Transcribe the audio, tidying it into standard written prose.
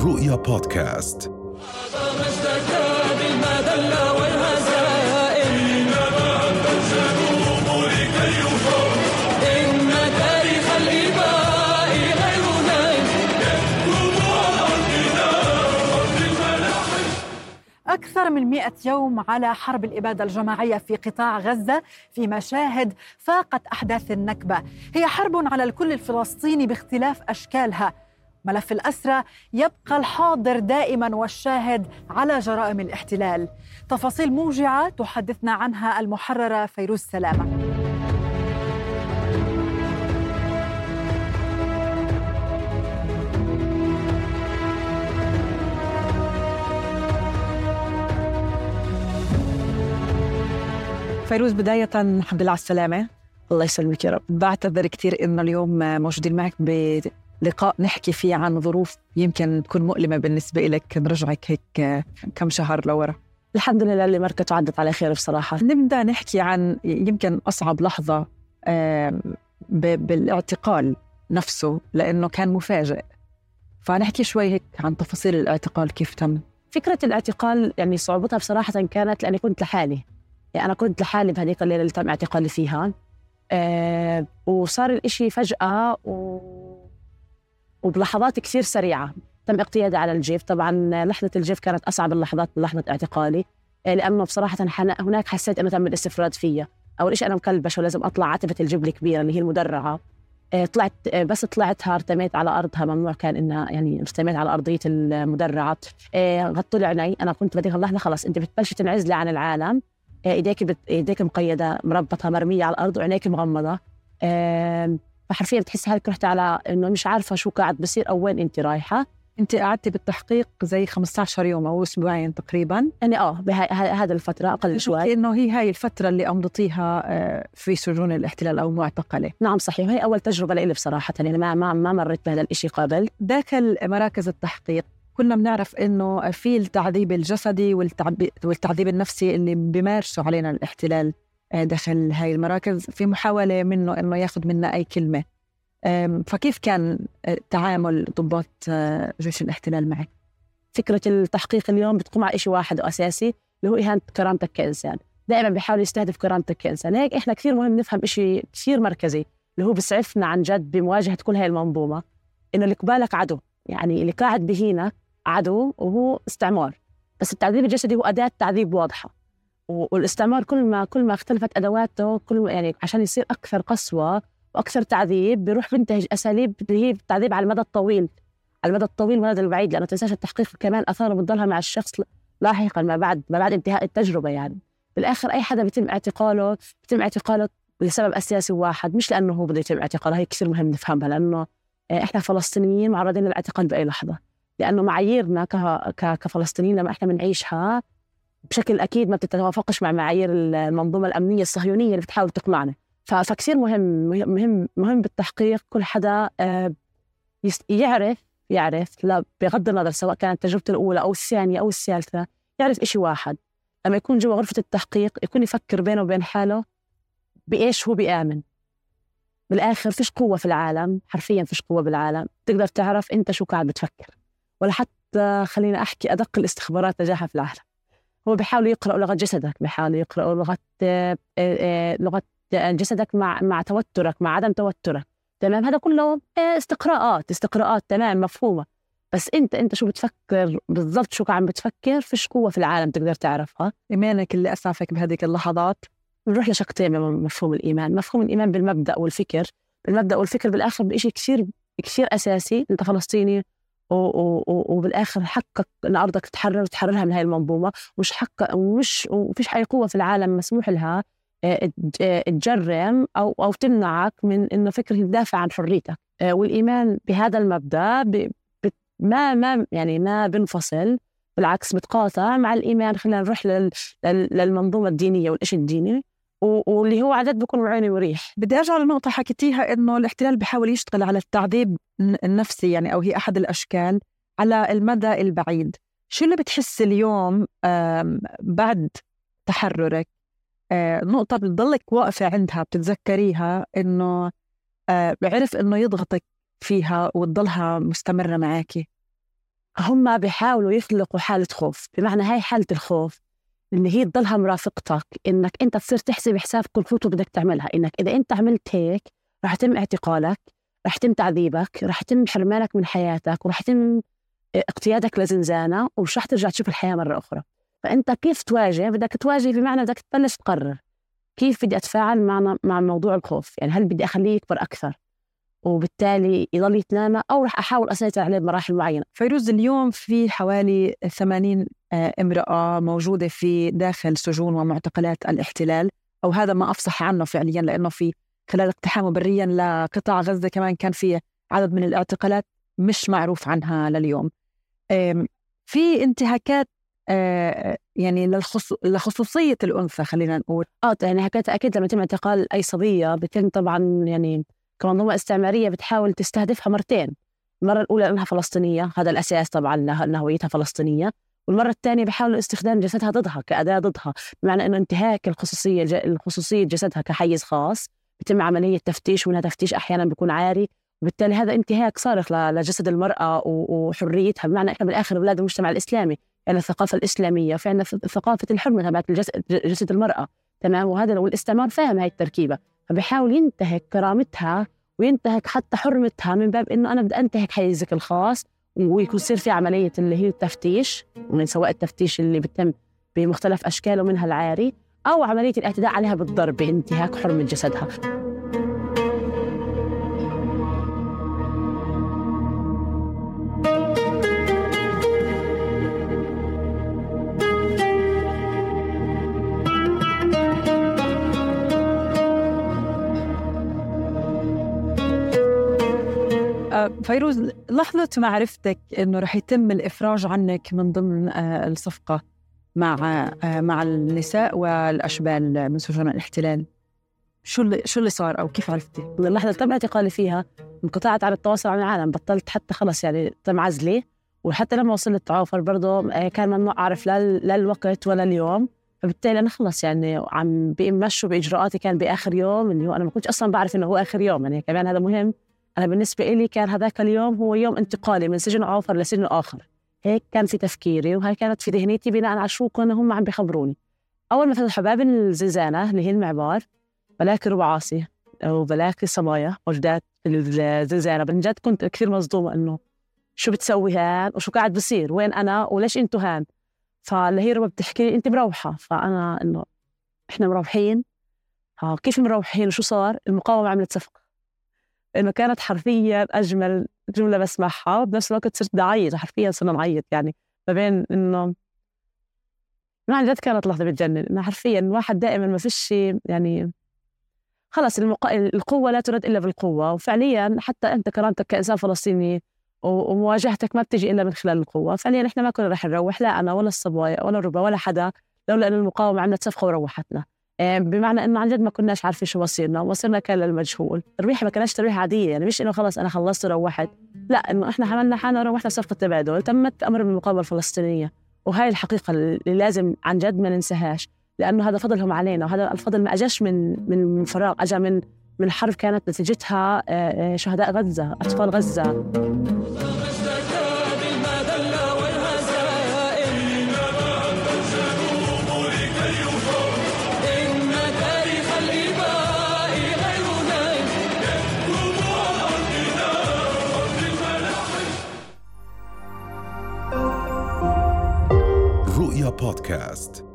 رؤيا بودكاست. أكثر من 100 يوم على حرب الإبادة الجماعية في قطاع غزة في مشاهد فاقت أحداث النكبة. هي حرب على الكل الفلسطيني باختلاف أشكالها. ملف الأسرى يبقى الحاضر دائما والشاهد على جرائم الاحتلال. تفاصيل موجعة تحدثنا عنها المحررة فيروز سلامة. فيروز، بداية الحمد لله على السلامة. الله يسلمك يا رب. بعتذر كثير إنه اليوم موجودين معك بلقاء نحكي فيه عن ظروف يمكن تكون مؤلمة بالنسبة لك، نرجعك هيك كم شهر لورا. الحمد لله اللي مركت وعدت على خير بصراحة. نبدأ نحكي عن يمكن أصعب لحظة بالاعتقال نفسه، لأنه كان مفاجئ، فنحكي شوي هيك عن تفاصيل الاعتقال كيف تم. فكرة الاعتقال يعني صعوبتها بصراحة كانت لأني كنت لحالي، يعني أنا كنت لحالي بهذيك الليلة اللي تم اعتقالي فيها. وصار الإشي فجأة وبلحظات كثير سريعة. تم اقتيادي على الجيف. طبعاً لحظة الجيف كانت أصعب اللحظات من لحظة اعتقالي، لأنه بصراحة هناك حسيت أنه تم الاستفراد فيا. أول شيء أنا مكلبش ولازم أطلع عتبة الجبل الكبيرة اللي هي المدرعة. طلعتها ارتميت على أرضها، ممنوع كان إنها يعني ارتميت على أرضية المدرعة. غطوا لي عيني. أنا كنت بديك اللحظة خلاص أنت بتبلشي تنعزلي عن العالم. ايديك مقيده مربطه مرميه على الارض وعينيك مغمضه. فحرفيا بتحس حالك رحت على انه مش عارفه شو قاعد بصير او وين انت رايحه. انت قعدتي بالتحقيق زي 15 يوم او اسبوعين تقريبا، يعني هذا الفتره اقل شوي، انه هي هاي الفتره اللي امضتيها في سجون الاحتلال او معتقله. نعم صحيح، وهي اول تجربه لي بصراحه، يعني ما مريت بهذا الإشي قبل. داخل مراكز التحقيق كنا بنعرف إنه في التعذيب الجسدي والتعذيب النفسي اللي بيمارسوا علينا الاحتلال داخل هاي المراكز، في محاولة منه إنه ياخد منا أي كلمة. فكيف كان تعامل ضباط جيش الاحتلال معك؟ فكرة التحقيق اليوم بتقوم على إشي واحد وأساسي اللي هو إهانة كرامتك كإنسان. دائما بيحاول يستهدف كرامتك كإنسان. هيك إحنا كثير مهم نفهم إشي كثير مركزي اللي هو بيسعفنا عن جد بمواجهة كل هاي المنظومة، إنه اللي قبالك عدو، يعني اللي قاعد بهينك عدو وهو استعمار. بس التعذيب الجسدي هو أداة تعذيب واضحة، والاستعمار كل ما اختلفت أدواته يعني عشان يصير أكثر قسوة وأكثر تعذيب بيروح بينتهج أساليب اللي هي التعذيب على المدى الطويل، والمدى البعيد، لأنه تنساش التحقيق كمان أثاره بتضلها مع الشخص لاحقا ما بعد انتهاء التجربة. يعني بالآخر أي حدا بيتم اعتقاله لسبب أساسي واحد، مش لأنه هو بده يتم اعتقاله. هي كثير مهم نفهمها، لأنه إحنا فلسطينيين معرضين للاعتقال بأي لحظة، لأنه معاييرنا كفلسطينيين لما إحنا بنعيشها بشكل أكيد ما بتتوافقش مع معايير المنظومة الأمنية الصهيونية اللي بتحاول تقنعنا. فكثير مهم بالتحقيق كل حدا يعرف لا بغض النظر سواء كانت تجربته الأولى أو الثانية أو الثالثة، يعرف إشي واحد: لما يكون جوا غرفة التحقيق يكون يفكر بينه وبين حاله بإيش هو بيآمن. بالآخر فيش قوة في العالم، حرفياً فيش قوة بالعالم تقدر تعرف أنت شو قاعد بتفكر، ولا حتى خلينا أحكي أدق الاستخبارات نجاحها في العالم. هو بيحاولوا يقرأوا لغة جسدك، بيحاولوا يقرأوا لغة جسدك مع توترك، مع عدم توترك. تمام، هذا كله استقراءات تمام مفهومة. بس أنت شو بتفكر بالضبط، شو قاعد بتفكر، فيش قوة في العالم تقدر تعرفها. إيمانك اللي أسعفك بهذه اللحظات. بنروح لشقتين من مفهوم الإيمان بالمبدأ والفكر. بالآخر بإشي كثير أساسي. أنت فلسطيني وبالآخر حقك أن أرضك تحررها من هاي المنظومة، مش حق وفيش أي قوة في العالم مسموح لها تجرم أو تمنعك من إنه فكرة تدافع عن حريتك. والإيمان بهذا المبدأ ما بنفصل، بالعكس بتقاطع مع الإيمان. خلينا نروح للمنظومة الدينية والإشي الديني، واللي هو عدد بيكون وعيني وريح. بدي أرجع لنقطة حكيتيها إنه الاحتلال بيحاول يشتغل على التعذيب النفسي، يعني أو هي أحد الأشكال على المدى البعيد. شو اللي بتحس اليوم بعد تحررك نقطة بتضلك واقفة عندها بتتذكريها إنه بعرف إنه يضغطك فيها وتضلها مستمرة معاكي؟ هم بيحاولوا يخلقوا حالة خوف. بمعنى هاي حالة الخوف إن هي تضلها مرافقتك، إنك أنت تصير تحسب حساب كل خطوة بدك تعملها، إنك إذا أنت عملت هيك رح يتم اعتقالك، رح يتم تعذيبك، رح يتم حرمانك من حياتك، ورح يتم اقتيادك لزنزانة، ومش رح ترجع تشوف الحياة مرة أخرى. فأنت كيف تواجه؟ بدك تواجه بمعنى بدك تبلش تقرر كيف بدي أتفاعل مع موضوع الخوف. يعني هل بدي أخليه يكبر أكثر وبالتالي يضل يتنامى، أو رح أحاول أسيطر عليه بمراحل معينة؟ فيروز، اليوم في حوالي 80 امرأة موجودة في داخل سجون ومعتقلات الاحتلال، أو هذا ما أفصح عنه فعليا، لأنه في خلال اقتحامه بريا لقطاع غزة كمان كان في عدد من الاعتقالات مش معروف عنها لليوم. في انتهاكات يعني لخصوصية الأنثى، خلينا نقول. يعني هكذا أكيد لما يتم اعتقال أي صبية بيتم طبعا يعني كمنظومة استعمارية بتحاول تستهدفها مرتين. المرة الأولى أنها فلسطينية، هذا الأساس طبعا أنها هويتها فلسطينية، والمرة الثانية بيحاولوا استخدام جسدها ضدها كأداة ضدها، بمعنى أنه انتهاك الخصوصية جسدها كحيز خاص. بيتم عملية تفتيش، ومنها تفتيش أحيانا بيكون عاري، وبالتالي هذا انتهاك صارخ لجسد المرأة وحريتها. بمعنى إحنا بالآخر أولاد المجتمع الإسلامي، يعني الثقافة الإسلامية، وفعلا ثقافة الحرمة تبعت جسد المرأة، تمام. وهذا والاستعمار فاهم هاي التركيبة، فبيحاول ينتهك كرامتها وينتهك حتى حرمتها من باب إنه أنا بدي أنتهك حيزك الخاص، ويكون يصير في عملية اللي هي التفتيش، من سواء التفتيش اللي بيتم بمختلف أشكاله منها العاري، أو عملية الاعتداء عليها بالضرب بانتهاك حرمة جسدها. فيروز، لحظة معرفتك إنه رح يتم الإفراج عنك من ضمن الصفقة مع النساء والأشبال من سجون الاحتلال، شو اللي صار أو كيف عرفتي؟ من اللحظة اللي تم اعتقالي فيها انقطعت عن التواصل مع العالم، بطلت حتى خلص يعني تم عزلي. وحتى لما وصلت التعافر برضه كان ممنوع أعرف لا الوقت ولا اليوم، فبالتالي أنا خلص يعني عم بمشوا بإجراءاتي كان بآخر يوم، اللي هو أنا ما كنتش أصلا بعرف إنه هو آخر يوم. يعني كمان هذا مهم، أنا بالنسبة إلي كان هذاك اليوم هو يوم انتقالي من سجن عوفر لسجن آخر. هيك كان في تفكيري، وهي كانت في ذهنيتي بناء على شو كانوا هم عم بيخبروني. أول ما فتحوا باب الزنزانة اللي هي المعبار، بلاقي ربعاسي وبلاقي صبايا موجودات في الزنزانة. بنجد كنت كثير مصدومة إنه شو بتسوي هان وشو قاعد بصير، وين أنا وليش أنتوا هان. فاللي هي ربع بتحكي لي أنت مروحة، فأنا إنه إحنا مروحين. كيف مروحين وشو صار؟ المقاومة عملت صفقة. إنه كانت حرفياً أجمل جملة بسمعها، وبنفس الوقت صرت أعيط، حرفياً صرنا نعيط. يعني ما بين إنه ما عن جد كانت لحظة بتجنن، إنه حرفياً الواحد دائماً ما فيش يعني خلص القوة لا ترد إلا بالقوة. وفعلياً حتى أنت كرامتك كإنسان فلسطيني ومواجهتك ما بتجي إلا من خلال القوة. فعلياً إحنا ما كنا رح نروح، لا أنا ولا الصبايا ولا الربا ولا حدا، لولا أن المقاومة عملت صفقة وروحتنا. بمعنى إنه عن جد ما كناش عارفين شو مصيرنا، ومصيرنا كان للمجهول. الريحة ما كانش ترويحة عادية، يعني مش إنه خلص أنا خلصت وروحت، لا، إنه إحنا حملنا حالنا وروحنا صفقة تبادل تمت أمر من المقاومة الفلسطينية. وهاي الحقيقة اللي لازم عن جد ما ننساهاش، لأنه هذا فضلهم علينا، وهذا الفضل ما أجاش من فراغ، أجا من حرب كانت نتيجتها شهداء غزة، أطفال غزة. رؤيا بودكاست.